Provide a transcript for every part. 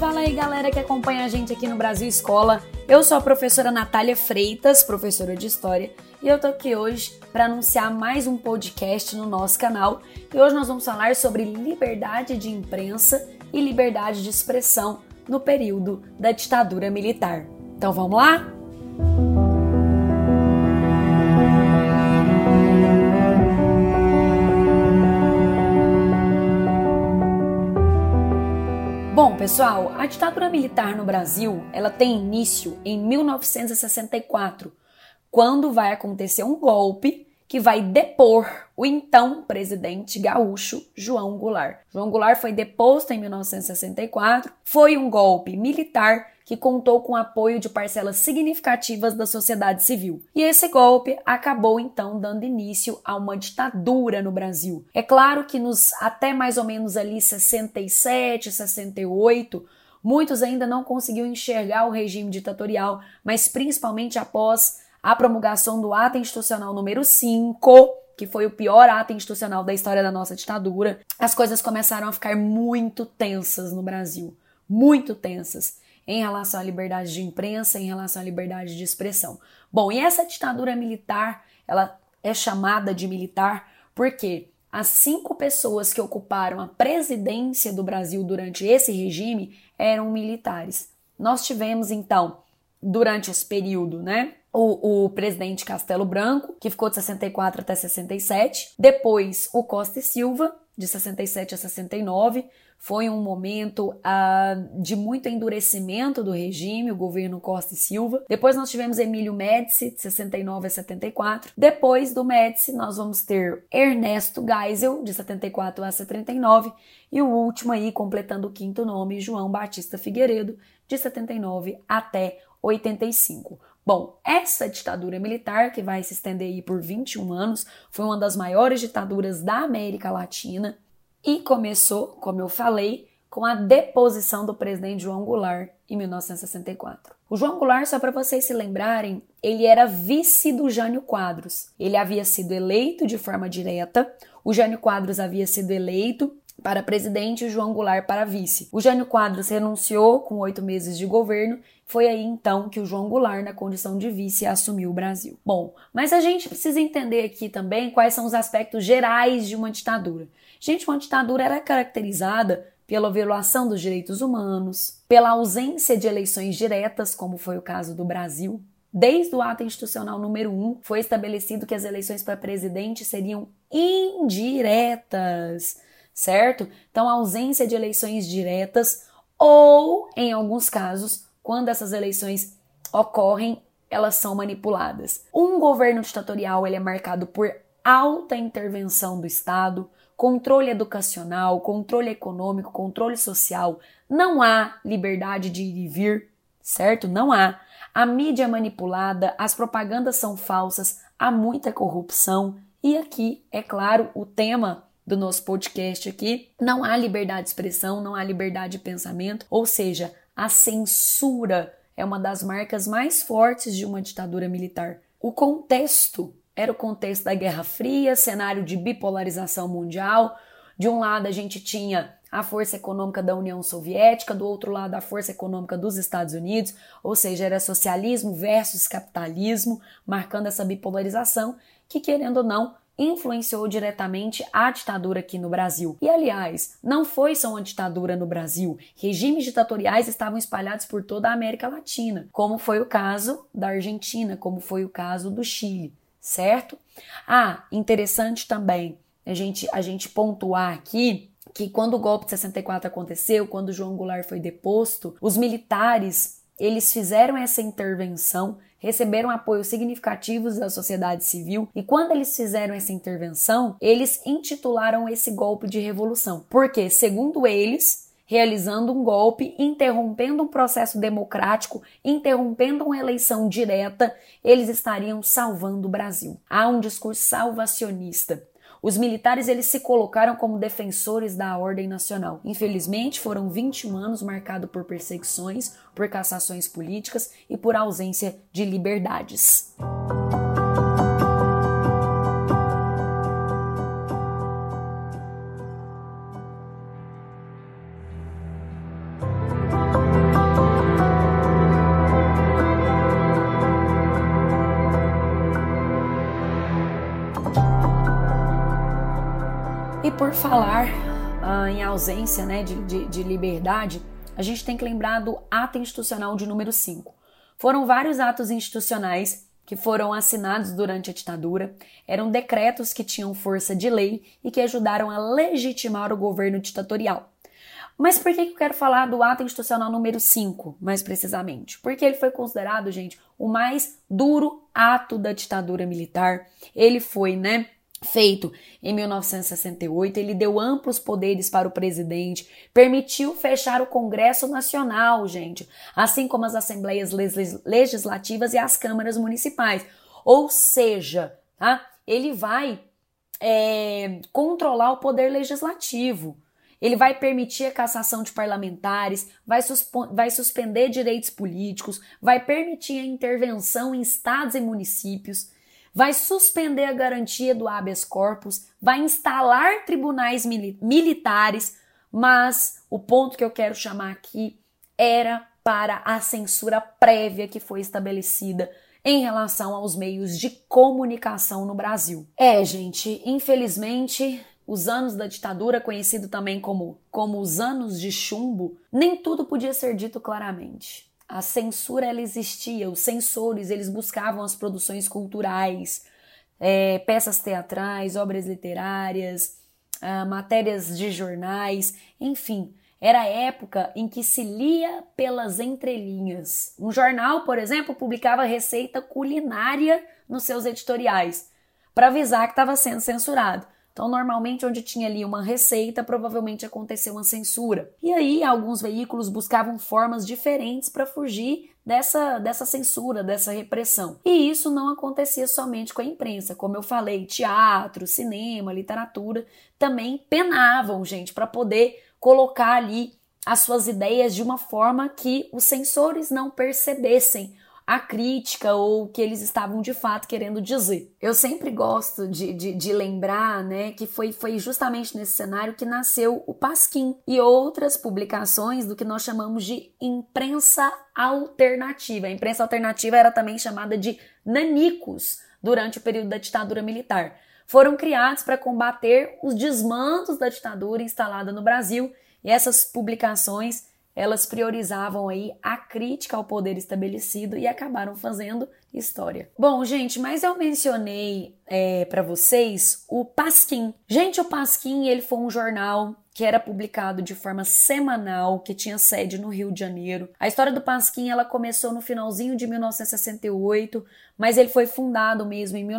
Fala aí, galera que acompanha a gente aqui no Brasil Escola. Eu sou a professora Natália Freitas, professora de História, e eu tô aqui hoje para anunciar mais um podcast no nosso canal. E hoje nós vamos falar sobre liberdade de imprensa e liberdade de expressão no período da ditadura militar. Então vamos lá? Bom, pessoal, a ditadura militar no Brasil, ela tem início em 1964, quando vai acontecer um golpe que vai depor o então presidente gaúcho João Goulart. João Goulart foi deposto em 1964, foi um golpe militar que contou com o apoio de parcelas significativas da sociedade civil. E esse golpe acabou então dando início a uma ditadura no Brasil. É claro que até mais ou menos ali 67, 68, muitos ainda não conseguiam enxergar o regime ditatorial, mas principalmente após a promulgação do Ato Institucional número 5, que foi o pior ato institucional da história da nossa ditadura, as coisas começaram a ficar muito tensas no Brasil, muito tensas, em relação à liberdade de imprensa, em relação à liberdade de expressão. Bom, e essa ditadura militar, ela é chamada de militar porque as 5 pessoas que ocuparam a presidência do Brasil durante esse regime eram militares. Nós tivemos, então, durante esse período, o presidente Castelo Branco, que ficou de 64 até 67. Depois, o Costa e Silva, de 67 a 69. Foi um momento de muito endurecimento do regime, o governo Costa e Silva. Depois nós tivemos Emílio Médici, de 69 a 74. Depois do Médici, nós vamos ter Ernesto Geisel, de 74 a 79. E o último aí, completando o 5º nome, João Batista Figueiredo, de 79 até 85. Bom, essa ditadura militar, que vai se estender aí por 21 anos, foi uma das maiores ditaduras da América Latina e começou, como eu falei, com a deposição do presidente João Goulart em 1964. O João Goulart, só para vocês se lembrarem, ele era vice do Jânio Quadros. Ele havia sido eleito de forma direta, o Jânio Quadros havia sido eleito para presidente e o João Goulart para vice. O Jânio Quadros renunciou com 8 meses de governo. Foi aí então que o João Goulart, na condição de vice, assumiu o Brasil. Bom, mas a gente precisa entender aqui também quais são os aspectos gerais de uma ditadura. Gente, uma ditadura era caracterizada pela violação dos direitos humanos, pela ausência de eleições diretas, como foi o caso do Brasil. Desde o Ato Institucional número 1, foi estabelecido que as eleições para presidente seriam indiretas, certo? Então, a ausência de eleições diretas ou, em alguns casos, quando essas eleições ocorrem, elas são manipuladas. Um governo ditatorial ele é marcado por alta intervenção do Estado, controle educacional, controle econômico, controle social. Não há liberdade de ir e vir, certo? Não há. A mídia é manipulada, as propagandas são falsas, há muita corrupção. E aqui, é claro, o tema do nosso podcast aqui, não há liberdade de expressão, não há liberdade de pensamento, ou seja, a censura é uma das marcas mais fortes de uma ditadura militar. O contexto era o contexto da Guerra Fria, cenário de bipolarização mundial. De um lado a gente tinha a força econômica da União Soviética, do outro lado a força econômica dos Estados Unidos, ou seja, era socialismo versus capitalismo, marcando essa bipolarização que, querendo ou não, influenciou diretamente a ditadura aqui no Brasil. E, aliás, não foi só uma ditadura no Brasil. Regimes ditatoriais estavam espalhados por toda a América Latina, como foi o caso da Argentina, como foi o caso do Chile, certo? Interessante também a gente pontuar aqui que quando o golpe de 64 aconteceu, quando o João Goulart foi deposto, os militares, eles fizeram essa intervenção, receberam apoios significativos da sociedade civil e quando eles fizeram essa intervenção, eles intitularam esse golpe de revolução. Porque, segundo eles, realizando um golpe, interrompendo um processo democrático, interrompendo uma eleição direta, eles estariam salvando o Brasil. Há um discurso salvacionista. Os militares eles se colocaram como defensores da ordem nacional. Infelizmente, foram 21 anos marcados por perseguições, por cassações políticas e por ausência de liberdades. E por falar em ausência, né, de liberdade, a gente tem que lembrar do Ato Institucional de número 5. Foram vários atos institucionais que foram assinados durante a ditadura, eram decretos que tinham força de lei e que ajudaram a legitimar o governo ditatorial. Mas por que eu quero falar do Ato Institucional número 5, mais precisamente? Porque ele foi considerado, gente, o mais duro ato da ditadura militar. Ele foi, feito em 1968, ele deu amplos poderes para o presidente, permitiu fechar o Congresso Nacional, gente, assim como as assembleias legislativas e as câmaras municipais. Ou seja, tá? Ele vai controlar o poder legislativo. Ele vai permitir a cassação de parlamentares, vai suspender direitos políticos, vai permitir a intervenção em estados e municípios, vai suspender a garantia do habeas corpus, vai instalar tribunais militares, mas o ponto que eu quero chamar aqui era para a censura prévia que foi estabelecida em relação aos meios de comunicação no Brasil. Gente, infelizmente, os anos da ditadura, conhecido também como os anos de chumbo, nem tudo podia ser dito claramente. A censura, ela existia, os censores, eles buscavam as produções culturais, peças teatrais, obras literárias, matérias de jornais, enfim, era a época em que se lia pelas entrelinhas. Um jornal, por exemplo, publicava receita culinária nos seus editoriais, para avisar que estava sendo censurado. Então, normalmente, onde tinha ali uma receita, provavelmente aconteceu uma censura. E aí, alguns veículos buscavam formas diferentes para fugir dessa censura, dessa repressão. E isso não acontecia somente com a imprensa. Como eu falei, teatro, cinema, literatura também penavam, gente, para poder colocar ali as suas ideias de uma forma que os censores não percebessem a crítica ou o que eles estavam de fato querendo dizer. Eu sempre gosto de lembrar, que foi justamente nesse cenário que nasceu o Pasquim e outras publicações do que nós chamamos de imprensa alternativa. A imprensa alternativa era também chamada de nanicos durante o período da ditadura militar. Foram criados para combater os desmandos da ditadura instalada no Brasil e essas publicações elas priorizavam aí a crítica ao poder estabelecido e acabaram fazendo história. Bom, gente, mas eu mencionei para vocês o Pasquim. Gente, o Pasquim, ele foi um jornal que era publicado de forma semanal, que tinha sede no Rio de Janeiro. A história do Pasquim, ela começou no finalzinho de 1968, mas ele foi fundado mesmo em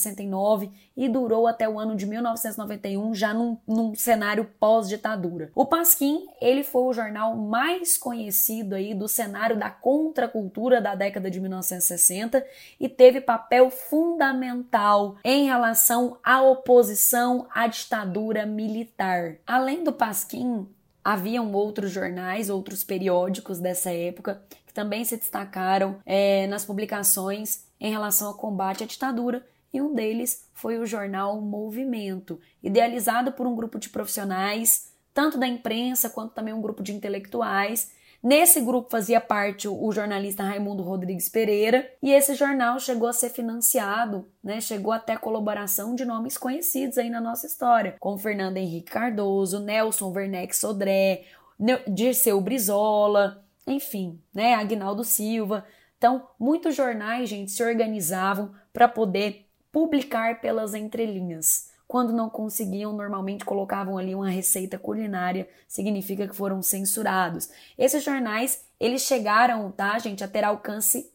1969 e durou até o ano de 1991, já num cenário pós-ditadura. O Pasquim, ele foi o jornal mais conhecido aí do cenário da contracultura da década de 1960 e teve papel fundamental em relação à oposição à ditadura militar. Além do Pasquim, haviam outros jornais, outros periódicos dessa época que também se destacaram nas publicações em relação ao combate à ditadura, e um deles foi o jornal Movimento, idealizado por um grupo de profissionais, tanto da imprensa quanto também um grupo de intelectuais. Nesse grupo fazia parte o jornalista Raimundo Rodrigues Pereira, e esse jornal chegou a ser financiado, chegou até a colaboração de nomes conhecidos aí na nossa história, como Fernando Henrique Cardoso, Nelson Werneck Sodré, Dirceu Brizola, enfim, Aguinaldo Silva. Então, muitos jornais, gente, se organizavam para poder publicar pelas entrelinhas. Quando não conseguiam, normalmente colocavam ali uma receita culinária, significa que foram censurados. Esses jornais, eles chegaram, gente, a ter alcance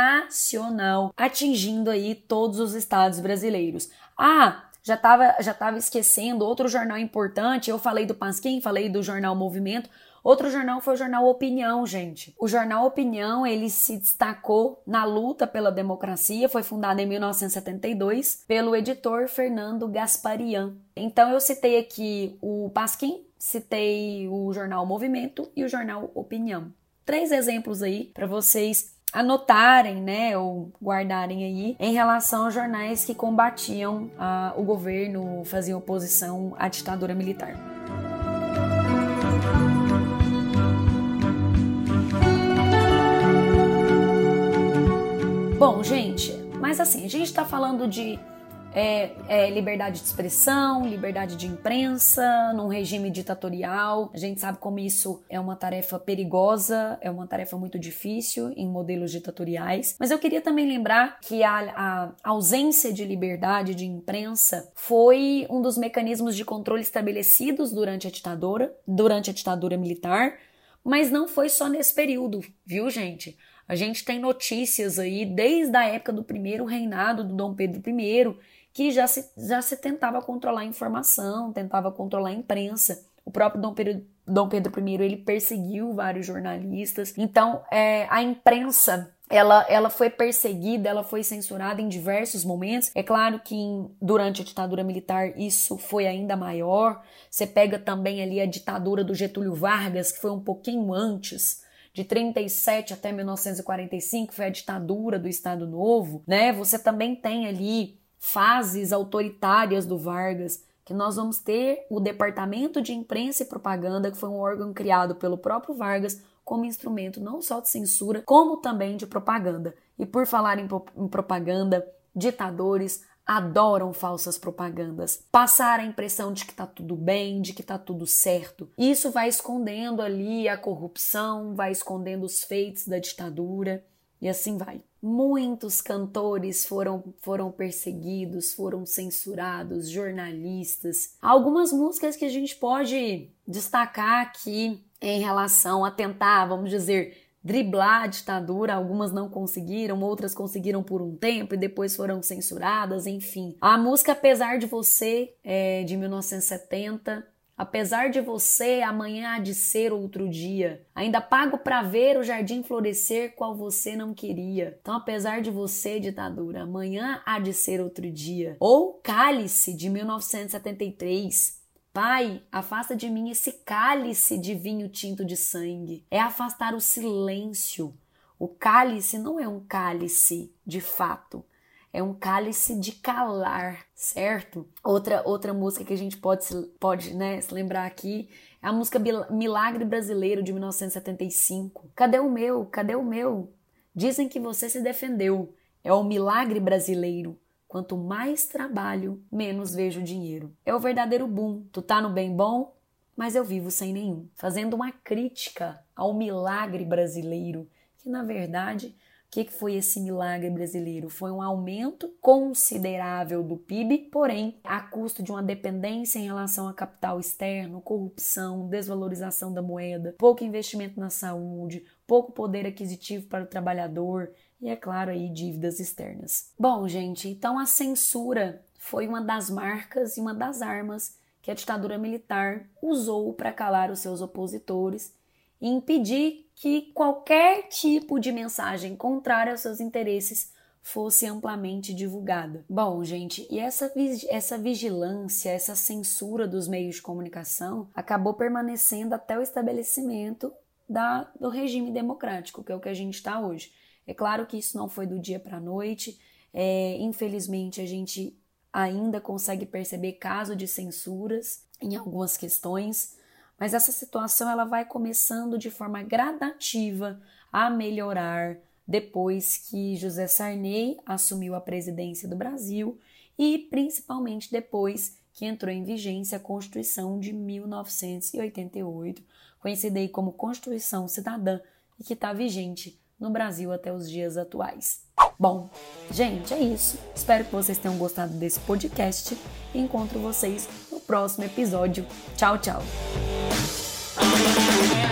nacional, atingindo aí todos os estados brasileiros. Já tava esquecendo, outro jornal importante, eu falei do Pasquim, falei do jornal Movimento. Outro jornal foi o jornal Opinião, gente. O jornal Opinião, ele se destacou na luta pela democracia, foi fundado em 1972 pelo editor Fernando Gasparian. Então eu citei aqui o Pasquim, citei o jornal Movimento e o jornal Opinião. 3 exemplos aí para vocês anotarem, ou guardarem aí em relação aos jornais que combatiam o governo, faziam oposição à ditadura militar. Bom, gente, mas assim, a gente está falando de liberdade de expressão, liberdade de imprensa, num regime ditatorial. A gente sabe como isso é uma tarefa perigosa, é uma tarefa muito difícil em modelos ditatoriais. Mas eu queria também lembrar que a ausência de liberdade de imprensa foi um dos mecanismos de controle estabelecidos durante a ditadura militar, mas não foi só nesse período, viu, gente? A gente tem notícias aí desde a época do primeiro reinado do Dom Pedro I, que já se tentava controlar a informação, tentava controlar a imprensa. O próprio Dom Pedro I, ele perseguiu vários jornalistas. Então, a imprensa, ela foi perseguida, ela foi censurada em diversos momentos. É claro que durante a ditadura militar isso foi ainda maior. Você pega também ali a ditadura do Getúlio Vargas, que foi um pouquinho antes. De 37 até 1945 foi a ditadura do Estado Novo, né? Você também tem ali fases autoritárias do Vargas, que nós vamos ter o Departamento de Imprensa e Propaganda, que foi um órgão criado pelo próprio Vargas como instrumento não só de censura, como também de propaganda. E por falar em propaganda, ditadores adoram falsas propagandas, passar a impressão de que tá tudo bem, de que tá tudo certo. Isso vai escondendo ali a corrupção, vai escondendo os feitos da ditadura e assim vai. Muitos cantores foram perseguidos, foram censurados, jornalistas. Algumas músicas que a gente pode destacar aqui em relação a tentar, vamos dizer, driblar a ditadura, algumas não conseguiram, outras conseguiram por um tempo e depois foram censuradas, enfim. A música Apesar de Você, de 1970, apesar de você, amanhã há de ser outro dia. Ainda pago pra ver o jardim florescer qual você não queria. Então, apesar de você, ditadura, amanhã há de ser outro dia. Ou Cálice, de 1973. Pai, afasta de mim esse cálice de vinho tinto de sangue. É afastar o silêncio. O cálice não é um cálice de fato. É um cálice de calar, certo? Outra música que a gente pode se lembrar aqui é a música Milagre Brasileiro, de 1975. Cadê o meu? Cadê o meu? Dizem que você se defendeu. É o milagre brasileiro. Quanto mais trabalho, menos vejo dinheiro. É o verdadeiro boom. Tu tá no bem bom, mas eu vivo sem nenhum. Fazendo uma crítica ao milagre brasileiro, que na verdade, o que foi esse milagre brasileiro? Foi um aumento considerável do PIB, porém, a custo de uma dependência em relação a capital externo, corrupção, desvalorização da moeda, pouco investimento na saúde, pouco poder aquisitivo para o trabalhador, e, é claro, aí dívidas externas. Bom, gente, então a censura foi uma das marcas e uma das armas que a ditadura militar usou para calar os seus opositores e impedir que qualquer tipo de mensagem contrária aos seus interesses fosse amplamente divulgada. Bom, gente, e essa vigilância, essa censura dos meios de comunicação acabou permanecendo até o estabelecimento do regime democrático, que é o que a gente está hoje. É claro que isso não foi do dia para a noite, infelizmente a gente ainda consegue perceber casos de censuras em algumas questões, mas essa situação ela vai começando de forma gradativa a melhorar depois que José Sarney assumiu a presidência do Brasil e principalmente depois que entrou em vigência a Constituição de 1988, conhecida aí como Constituição Cidadã, e que está vigente no Brasil até os dias atuais. Bom, gente, é isso. Espero que vocês tenham gostado desse podcast e encontro vocês no próximo episódio. Tchau, tchau!